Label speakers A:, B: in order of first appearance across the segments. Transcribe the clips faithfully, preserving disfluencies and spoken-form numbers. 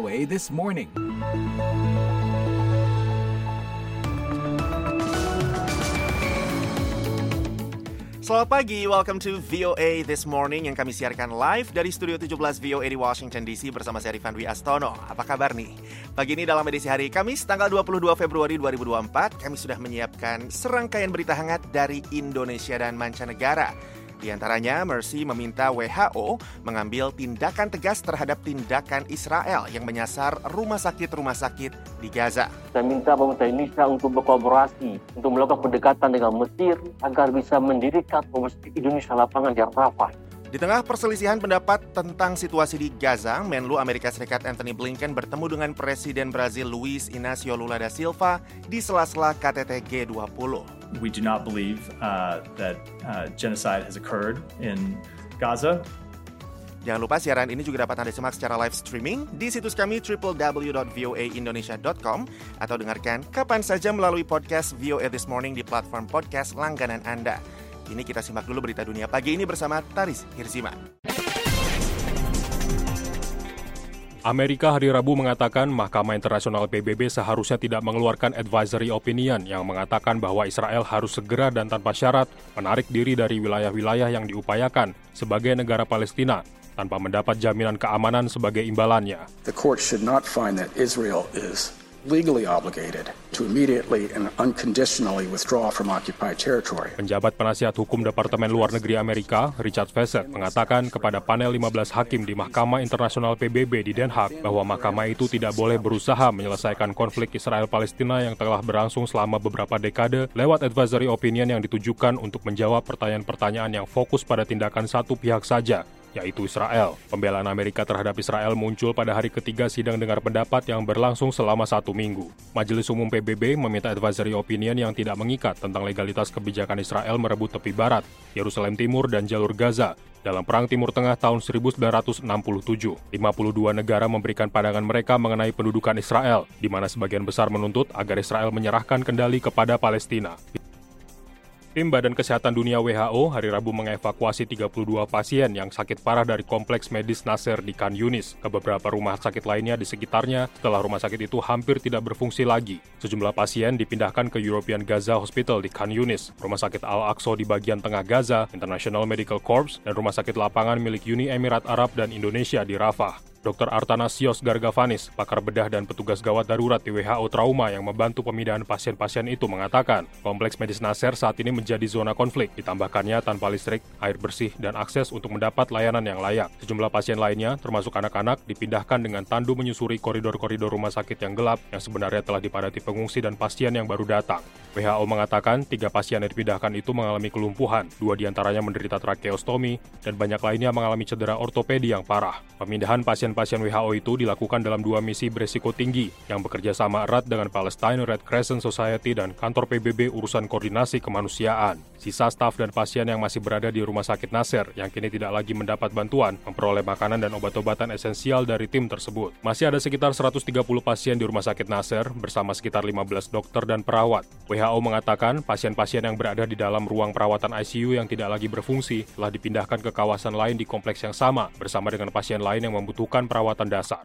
A: A This Morning.
B: Selamat pagi, welcome to V O A This Morning yang kami siarkan live dari Studio tujuh belas V O A di Washington D C bersama saya Rifan Dwi Astono. Apa kabar nih? Pagi ini dalam edisi hari Kamis, tanggal dua puluh dua Februari dua ribu dua puluh empat, kami sudah menyiapkan serangkaian berita hangat dari Indonesia dan mancanegara. Di antaranya, Mercy meminta W H O mengambil tindakan tegas terhadap tindakan Israel yang menyasar rumah sakit-rumah sakit di Gaza.
C: Saya minta pemerintah Indonesia untuk berkolaborasi, untuk melakukan pendekatan dengan Mesir agar bisa mendirikan rumah sakit Indonesia lapangan di Rafah.
B: Di tengah perselisihan pendapat tentang situasi di Gaza, Menlu Amerika Serikat Antony Blinken bertemu dengan Presiden Brazil Luiz Inácio Lula da Silva di sela-sela K T T G dua puluh.
D: We do not believe uh, that uh, genocide has occurred in Gaza.
B: Jangan lupa siaran ini juga dapat Anda simak secara live streaming di situs kami double-u double-u double-u dot v o a indonesia dot com atau dengarkan kapan saja melalui podcast V O A This Morning di platform podcast langganan Anda. Kini kita simak dulu berita dunia pagi ini bersama Taris Hirziman.
E: Amerika hari Rabu mengatakan Mahkamah Internasional P B B seharusnya tidak mengeluarkan advisory opinion yang mengatakan bahwa Israel harus segera dan tanpa syarat menarik diri dari wilayah-wilayah yang diupayakan sebagai negara Palestina tanpa mendapat jaminan keamanan sebagai imbalannya.
F: The court should not find that Israel is legally obligated to immediately and unconditionally withdraw from occupied territory.
E: Penjabat penasihat hukum Departemen Luar Negeri Amerika, Richard Fessett, mengatakan kepada panel lima belas hakim di Mahkamah Internasional P B B di Den Haag bahwa mahkamah itu tidak boleh berusaha menyelesaikan konflik Israel-Palestina yang telah berlangsung selama beberapa dekade lewat advisory opinion yang ditujukan untuk menjawab pertanyaan-pertanyaan yang fokus pada tindakan satu pihak saja, yaitu Israel. Pembelaan Amerika terhadap Israel muncul pada hari ketiga sidang dengar pendapat yang berlangsung selama satu minggu. Majelis Umum P B B meminta advisory opinion yang tidak mengikat tentang legalitas kebijakan Israel merebut tepi barat, Yerusalem Timur, dan jalur Gaza dalam Perang Timur Tengah tahun seribu sembilan ratus enam puluh tujuh. lima puluh dua negara memberikan pandangan mereka mengenai pendudukan Israel, di mana sebagian besar menuntut agar Israel menyerahkan kendali kepada Palestina. Tim Badan Kesehatan Dunia W H O hari Rabu mengevakuasi tiga puluh dua pasien yang sakit parah dari kompleks medis Nasser di Khan Yunis ke beberapa rumah sakit lainnya di sekitarnya setelah rumah sakit itu hampir tidak berfungsi lagi. Sejumlah pasien dipindahkan ke European Gaza Hospital di Khan Yunis, Rumah Sakit Al-Aqsa di bagian tengah Gaza, International Medical Corps, dan rumah sakit lapangan milik Uni Emirat Arab dan Indonesia di Rafah. Doktor Artanasios Gargavanis, pakar bedah dan petugas gawat darurat di W H O Trauma yang membantu pemindahan pasien-pasien itu mengatakan, kompleks medis Nasser saat ini menjadi zona konflik, ditambahkannya tanpa listrik, air bersih, dan akses untuk mendapat layanan yang layak. Sejumlah pasien lainnya, termasuk anak-anak, dipindahkan dengan tandu menyusuri koridor-koridor rumah sakit yang gelap yang sebenarnya telah dipadati pengungsi dan pasien yang baru datang. W H O mengatakan, tiga pasien yang dipindahkan itu mengalami kelumpuhan, dua diantaranya menderita tracheostomi, dan banyak lainnya mengalami cedera ortopedi yang parah. Pemindahan pasien Pasien W H O itu dilakukan dalam dua misi beresiko tinggi yang bekerja sama erat dengan Palestine Red Crescent Society dan kantor P B B urusan koordinasi kemanusiaan. Sisa staf dan pasien yang masih berada di rumah sakit Nasser yang kini tidak lagi mendapat bantuan memperoleh makanan dan obat-obatan esensial dari tim tersebut. Masih ada sekitar seratus tiga puluh pasien di rumah sakit Nasser bersama sekitar lima belas dokter dan perawat. W H O mengatakan pasien-pasien yang berada di dalam ruang perawatan I C U yang tidak lagi berfungsi telah dipindahkan ke kawasan lain di kompleks yang sama bersama dengan pasien lain yang membutuhkan perawatan dasar.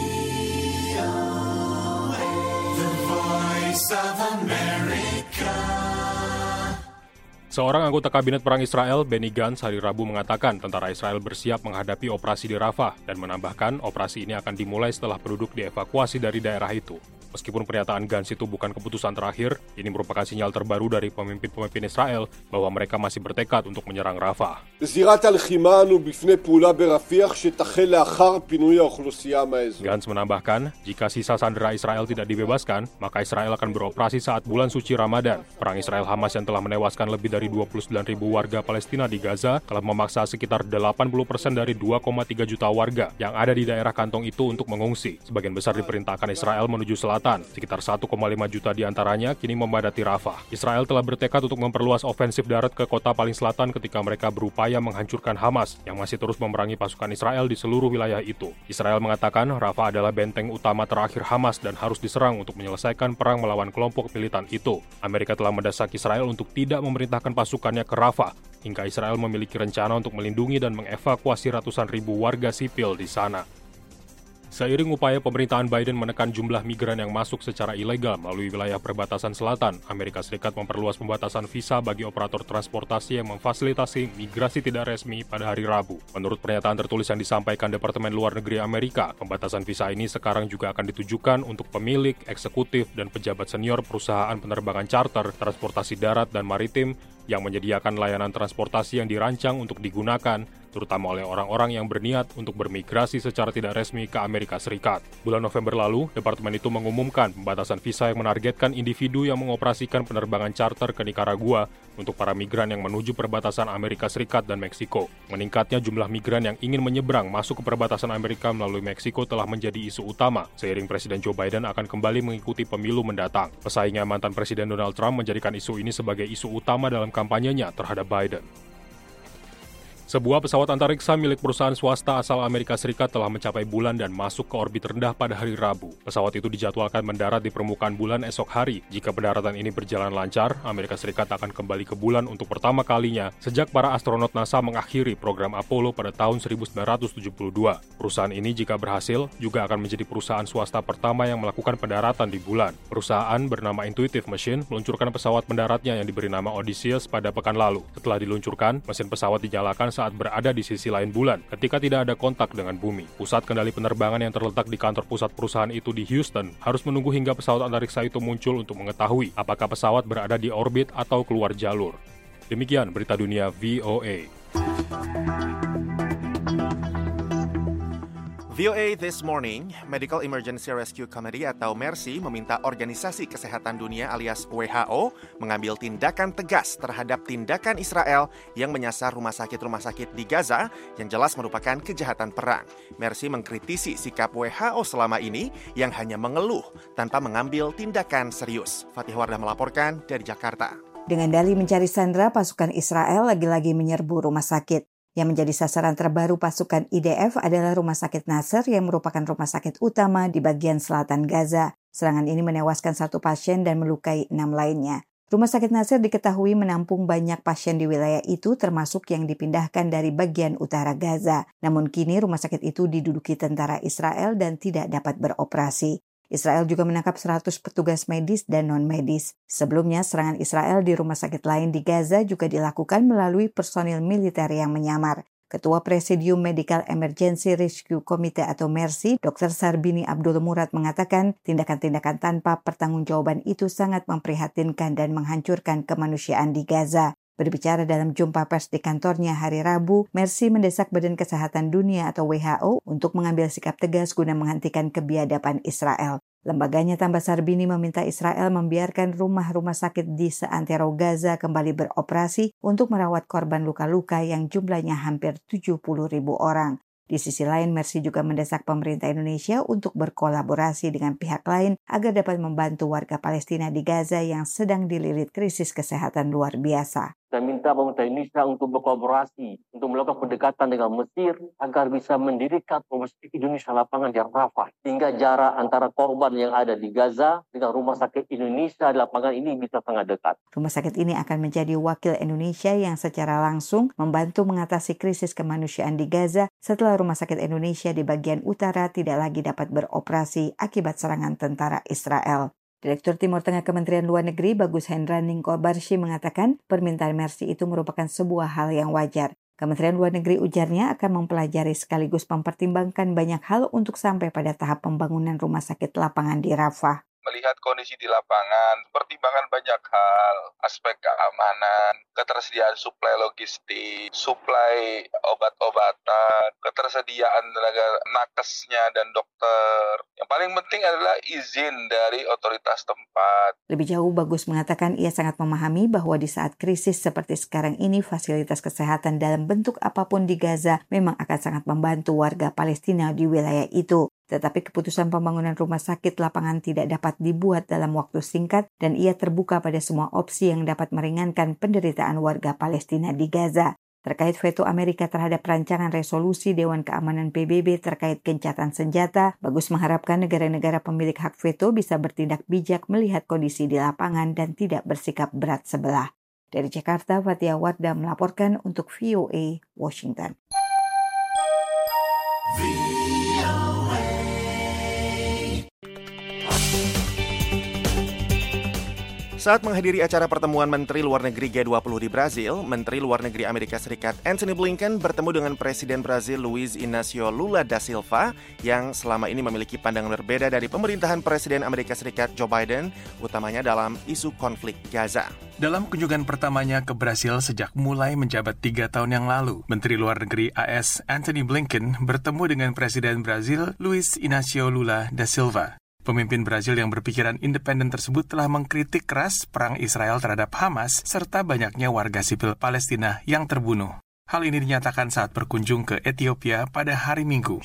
E: Seorang anggota Kabinet Perang Israel, Benny Gantz, hari Rabu mengatakan tentara Israel bersiap menghadapi operasi di Rafah dan menambahkan operasi ini akan dimulai setelah penduduk dievakuasi dari daerah itu. Meskipun pernyataan Gantz itu bukan keputusan terakhir, ini merupakan sinyal terbaru dari pemimpin-pemimpin Israel bahwa mereka masih bertekad untuk menyerang Rafah. Gantz menambahkan, jika sisa sandera Israel tidak dibebaskan, maka Israel akan beroperasi saat bulan suci Ramadan. Perang Israel-Hamas yang telah menewaskan lebih dari dua puluh sembilan ribu warga Palestina di Gaza telah memaksa sekitar delapan puluh persen dari dua koma tiga juta warga yang ada di daerah kantong itu untuk mengungsi. Sebagian besar diperintahkan Israel menuju selatan. Sekitar satu koma lima juta diantaranya kini membadati Rafah. Israel telah bertekad untuk memperluas ofensif darat ke kota paling selatan ketika mereka berupaya menghancurkan Hamas yang masih terus memerangi pasukan Israel di seluruh wilayah itu. Israel mengatakan Rafah adalah benteng utama terakhir Hamas dan harus diserang untuk menyelesaikan perang melawan kelompok militan itu. Amerika telah mendesak Israel untuk tidak memerintahkan pasukannya ke Rafah hingga Israel memiliki rencana untuk melindungi dan mengevakuasi ratusan ribu warga sipil di sana. Seiring upaya pemerintahan Biden menekan jumlah migran yang masuk secara ilegal melalui wilayah perbatasan selatan, Amerika Serikat memperluas pembatasan visa bagi operator transportasi yang memfasilitasi migrasi tidak resmi pada hari Rabu. Menurut pernyataan tertulis yang disampaikan Departemen Luar Negeri Amerika, pembatasan visa ini sekarang juga akan ditujukan untuk pemilik, eksekutif, dan pejabat senior perusahaan penerbangan charter, transportasi darat, dan maritim yang menyediakan layanan transportasi yang dirancang untuk digunakan, terutama oleh orang-orang yang berniat untuk bermigrasi secara tidak resmi ke Amerika Serikat. Bulan November lalu, Departemen itu mengumumkan pembatasan visa yang menargetkan individu yang mengoperasikan penerbangan charter ke Nicaragua untuk para migran yang menuju perbatasan Amerika Serikat dan Meksiko. Meningkatnya jumlah migran yang ingin menyeberang masuk ke perbatasan Amerika melalui Meksiko telah menjadi isu utama, seiring Presiden Joe Biden akan kembali mengikuti pemilu mendatang. Pesaingnya mantan Presiden Donald Trump menjadikan isu ini sebagai isu utama dalam kampanyenya terhadap Biden. Sebuah pesawat antariksa milik perusahaan swasta asal Amerika Serikat telah mencapai bulan dan masuk ke orbit rendah pada hari Rabu. Pesawat itu dijadwalkan mendarat di permukaan bulan esok hari. Jika pendaratan ini berjalan lancar, Amerika Serikat akan kembali ke bulan untuk pertama kalinya sejak para astronot NASA mengakhiri program Apollo pada tahun seribu sembilan ratus tujuh puluh dua. Perusahaan ini jika berhasil, juga akan menjadi perusahaan swasta pertama yang melakukan pendaratan di bulan. Perusahaan bernama Intuitive Machine meluncurkan pesawat pendaratnya yang diberi nama Odysseus pada pekan lalu. Setelah diluncurkan, mesin pesawat dinyalakan saat berada di sisi lain bulan, ketika tidak ada kontak dengan bumi. Pusat kendali penerbangan yang terletak di kantor pusat perusahaan itu di Houston harus menunggu hingga pesawat antariksa itu muncul untuk mengetahui apakah pesawat berada di orbit atau keluar jalur. Demikian berita dunia V O A.
B: V O A This Morning, Medical Emergency Rescue Committee atau MERSI meminta Organisasi Kesehatan Dunia alias W H O mengambil tindakan tegas terhadap tindakan Israel yang menyasar rumah sakit-rumah sakit di Gaza yang jelas merupakan kejahatan perang. MERSI mengkritisi sikap W H O selama ini yang hanya mengeluh tanpa mengambil tindakan serius. Fatih Wardah melaporkan dari Jakarta.
A: Dengan dalih mencari sandera, pasukan Israel lagi-lagi menyerbu rumah sakit. Yang menjadi sasaran terbaru pasukan I D F adalah Rumah Sakit Nasser yang merupakan rumah sakit utama di bagian selatan Gaza. Serangan ini menewaskan satu pasien dan melukai enam lainnya. Rumah Sakit Nasser diketahui menampung banyak pasien di wilayah itu termasuk yang dipindahkan dari bagian utara Gaza. Namun kini rumah sakit itu diduduki tentara Israel dan tidak dapat beroperasi. Israel juga menangkap seratus petugas medis dan non-medis. Sebelumnya, serangan Israel di rumah sakit lain di Gaza juga dilakukan melalui personil militer yang menyamar. Ketua Presidium Medical Emergency Rescue Committee atau MERSI, Doktor Sarbini Abdul Murad mengatakan tindakan-tindakan tanpa pertanggungjawaban itu sangat memprihatinkan dan menghancurkan kemanusiaan di Gaza. Berbicara dalam jumpa pers di kantornya hari Rabu, MERSI mendesak Badan Kesehatan Dunia atau W H O untuk mengambil sikap tegas guna menghentikan kebiadaban Israel. Lembaganya tambah Sarbini meminta Israel membiarkan rumah-rumah sakit di seantero Gaza kembali beroperasi untuk merawat korban luka-luka yang jumlahnya hampir tujuh puluh ribu orang. Di sisi lain, MERSI juga mendesak pemerintah Indonesia untuk berkolaborasi dengan pihak lain agar dapat membantu warga Palestina di Gaza yang sedang dililit krisis kesehatan luar biasa.
C: Saya minta pemerintah Indonesia untuk berkolaborasi, untuk melakukan pendekatan dengan Mesir agar bisa mendirikan rumah sakit Indonesia lapangan di Rafah. Sehingga jarak antara korban yang ada di Gaza dengan rumah sakit Indonesia di lapangan ini bisa sangat dekat.
A: Rumah sakit ini akan menjadi wakil Indonesia yang secara langsung membantu mengatasi krisis kemanusiaan di Gaza setelah rumah sakit Indonesia di bagian utara tidak lagi dapat beroperasi akibat serangan tentara Israel. Direktur Timur Tengah Kementerian Luar Negeri Bagus Hendra Ningkobarshi mengatakan permintaan MERSI itu merupakan sebuah hal yang wajar. Kementerian Luar Negeri ujarnya akan mempelajari sekaligus mempertimbangkan banyak hal untuk sampai pada tahap pembangunan rumah sakit lapangan di Rafah.
G: Melihat kondisi di lapangan, pertimbangan banyak hal, aspek keamanan, ketersediaan suplai logistik, suplai obat-obatan, ketersediaan tenaga nakesnya dan dokter. Yang paling penting adalah izin dari otoritas tempat.
A: Lebih jauh, Bagus mengatakan ia sangat memahami bahwa di saat krisis seperti sekarang ini, fasilitas kesehatan dalam bentuk apapun di Gaza memang akan sangat membantu warga Palestina di wilayah itu. Tetapi keputusan pembangunan rumah sakit lapangan tidak dapat dibuat dalam waktu singkat dan ia terbuka pada semua opsi yang dapat meringankan penderitaan warga Palestina di Gaza. Terkait veto Amerika terhadap rancangan resolusi Dewan Keamanan P B B terkait gencatan senjata, Bagus mengharapkan negara-negara pemilik hak veto bisa bertindak bijak melihat kondisi di lapangan dan tidak bersikap berat sebelah. Dari Jakarta, Fatia Wardah melaporkan untuk V O A Washington. V O A
B: Saat menghadiri acara pertemuan Menteri Luar Negeri G dua puluh di Brazil, Menteri Luar Negeri Amerika Serikat Antony Blinken bertemu dengan Presiden Brazil Luiz Inácio Lula da Silva yang selama ini memiliki pandangan berbeda dari pemerintahan Presiden Amerika Serikat Joe Biden, utamanya dalam isu konflik Gaza.
H: Dalam kunjungan pertamanya ke Brasil sejak mulai menjabat tiga tahun yang lalu, Menteri Luar Negeri A S Antony Blinken bertemu dengan Presiden Brazil Luiz Inácio Lula da Silva. Pemimpin Brazil yang berpikiran independen tersebut telah mengkritik keras perang Israel terhadap Hamas serta banyaknya warga sipil Palestina yang terbunuh. Hal ini dinyatakan saat berkunjung ke Ethiopia pada hari Minggu.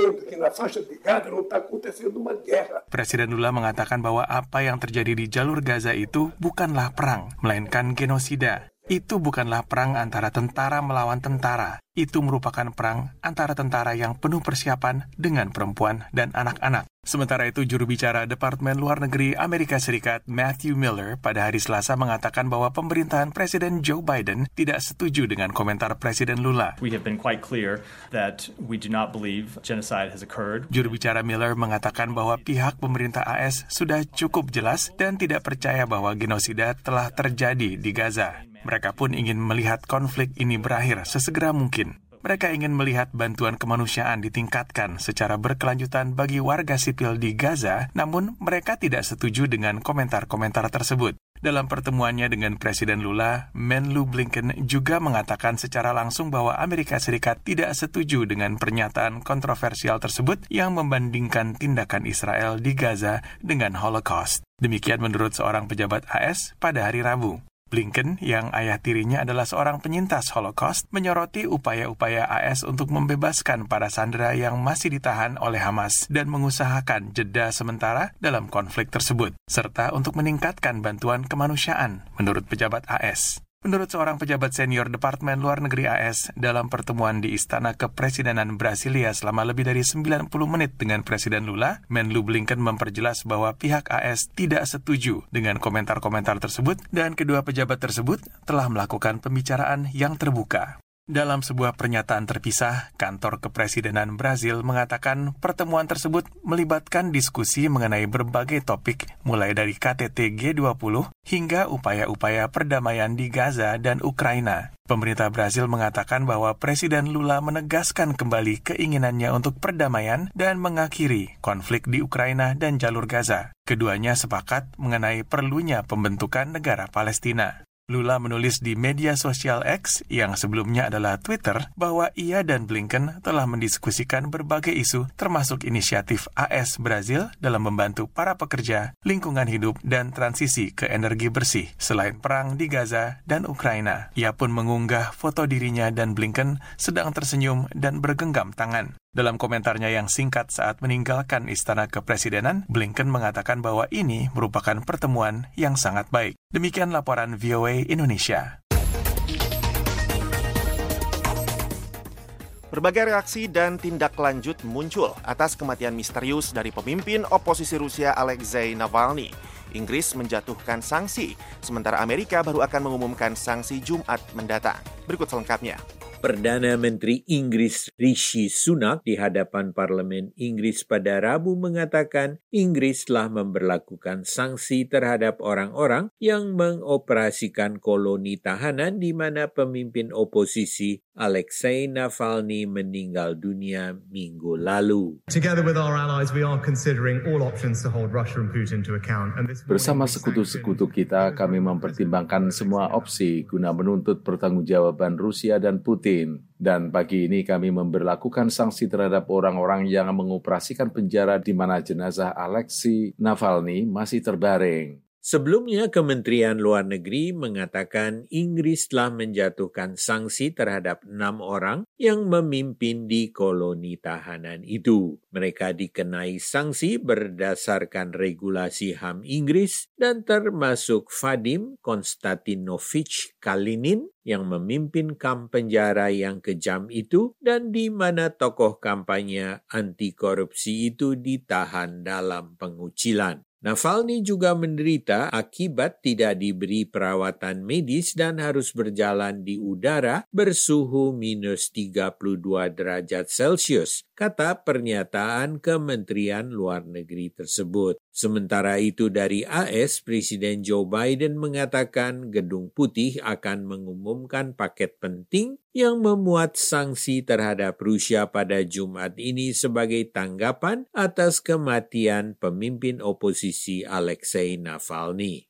H: Presiden Lula mengatakan bahwa apa yang terjadi di jalur Gaza itu bukanlah perang, melainkan genosida. Itu bukanlah perang antara tentara melawan tentara. Itu merupakan perang antara tentara yang penuh persiapan dengan perempuan dan anak-anak. Sementara itu, juru bicara Departemen Luar Negeri Amerika Serikat Matthew Miller pada hari Selasa mengatakan bahwa pemerintahan Presiden Joe Biden tidak setuju dengan komentar Presiden Lula.
D: We have been quite clear that we do not believe genocide has occurred.
H: Juru bicara Miller mengatakan bahwa pihak pemerintah A S sudah cukup jelas dan tidak percaya bahwa genosida telah terjadi di Gaza. Mereka pun ingin melihat konflik ini berakhir sesegera mungkin. Mereka ingin melihat bantuan kemanusiaan ditingkatkan secara berkelanjutan bagi warga sipil di Gaza, namun mereka tidak setuju dengan komentar-komentar tersebut. Dalam pertemuannya dengan Presiden Lula, Menlu Blinken juga mengatakan secara langsung bahwa Amerika Serikat tidak setuju dengan pernyataan kontroversial tersebut yang membandingkan tindakan Israel di Gaza dengan Holocaust. Demikian menurut seorang pejabat A S pada hari Rabu. Blinken, yang ayah tirinya adalah seorang penyintas Holocaust, menyoroti upaya-upaya A S untuk membebaskan para sandera yang masih ditahan oleh Hamas dan mengusahakan jeda sementara dalam konflik tersebut, serta untuk meningkatkan bantuan kemanusiaan, menurut pejabat A S. Menurut seorang pejabat senior Departemen Luar Negeri A S, dalam pertemuan di Istana Kepresidenan Brasilia selama lebih dari sembilan puluh menit dengan Presiden Lula, Menlu Blinken memperjelas bahwa pihak A S tidak setuju dengan komentar-komentar tersebut dan kedua pejabat tersebut telah melakukan pembicaraan yang terbuka. Dalam sebuah pernyataan terpisah, kantor kepresidenan Brazil mengatakan pertemuan tersebut melibatkan diskusi mengenai berbagai topik, mulai dari K T T G dua puluh hingga upaya-upaya perdamaian di Gaza dan Ukraina. Pemerintah Brazil mengatakan bahwa Presiden Lula menegaskan kembali keinginannya untuk perdamaian dan mengakhiri konflik di Ukraina dan jalur Gaza. Keduanya sepakat mengenai perlunya pembentukan negara Palestina. Lula menulis di media sosial X yang sebelumnya adalah Twitter bahwa ia dan Blinken telah mendiskusikan berbagai isu termasuk inisiatif A S Brazil dalam membantu para pekerja, lingkungan hidup, dan transisi ke energi bersih selain perang di Gaza dan Ukraina. Ia pun mengunggah foto dirinya dan Blinken sedang tersenyum dan bergenggam tangan. Dalam komentarnya yang singkat saat meninggalkan Istana Kepresidenan, Blinken mengatakan bahwa ini merupakan pertemuan yang sangat baik. Demikian laporan V O A Indonesia.
B: Berbagai reaksi dan tindak lanjut muncul atas kematian misterius dari pemimpin oposisi Rusia Alexei Navalny. Inggris menjatuhkan sanksi, sementara Amerika baru akan mengumumkan sanksi Jumat mendatang. Berikut selengkapnya.
I: Perdana Menteri Inggris Rishi Sunak di hadapan Parlemen Inggris pada Rabu mengatakan Inggris telah memberlakukan sanksi terhadap orang-orang yang mengoperasikan koloni tahanan di mana pemimpin oposisi Alexei Navalny meninggal dunia minggu lalu.
J: Bersama sekutu-sekutu kita, kami mempertimbangkan semua opsi guna menuntut pertanggungjawaban Rusia dan Putin. Dan pagi ini kami memberlakukan sanksi terhadap orang-orang yang mengoperasikan penjara di mana jenazah Alexei Navalny masih terbaring.
I: Sebelumnya, Kementerian Luar Negeri mengatakan Inggris telah menjatuhkan sanksi terhadap enam orang yang memimpin di koloni tahanan itu. Mereka dikenai sanksi berdasarkan regulasi H A M Inggris dan termasuk Vadim Konstantinovich Kalinin yang memimpin kamp penjara yang kejam itu dan di mana tokoh kampanye anti korupsi itu ditahan dalam pengucilan. Navalny juga menderita akibat tidak diberi perawatan medis dan harus berjalan di udara bersuhu minus tiga puluh dua derajat Celcius, kata pernyataan Kementerian Luar Negeri tersebut. Sementara itu dari A S, Presiden Joe Biden mengatakan Gedung Putih akan mengumumkan paket penting yang memuat sanksi terhadap Rusia pada Jumat ini sebagai tanggapan atas kematian pemimpin oposisi Alexei Navalny.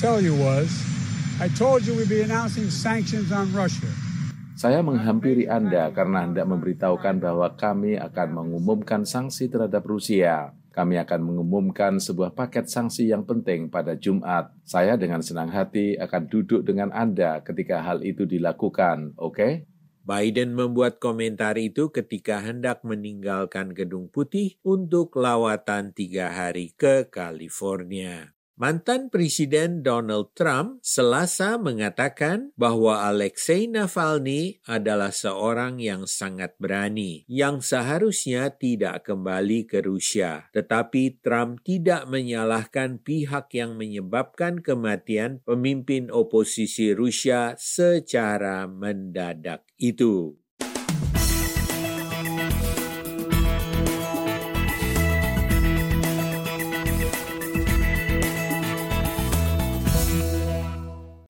J: Saya menghampiri Anda karena hendak memberitahukan bahwa kami akan mengumumkan sanksi terhadap Rusia. Kami akan mengumumkan sebuah paket sanksi yang penting pada Jumat. Saya dengan senang hati akan duduk dengan Anda ketika hal itu dilakukan, oke? Okay?
I: Biden membuat komentar itu ketika hendak meninggalkan Gedung Putih untuk lawatan tiga hari ke California. Mantan Presiden Donald Trump Selasa mengatakan bahwa Alexei Navalny adalah seorang yang sangat berani, yang seharusnya tidak kembali ke Rusia. Tetapi Trump tidak menyalahkan pihak yang menyebabkan kematian pemimpin oposisi Rusia secara mendadak itu.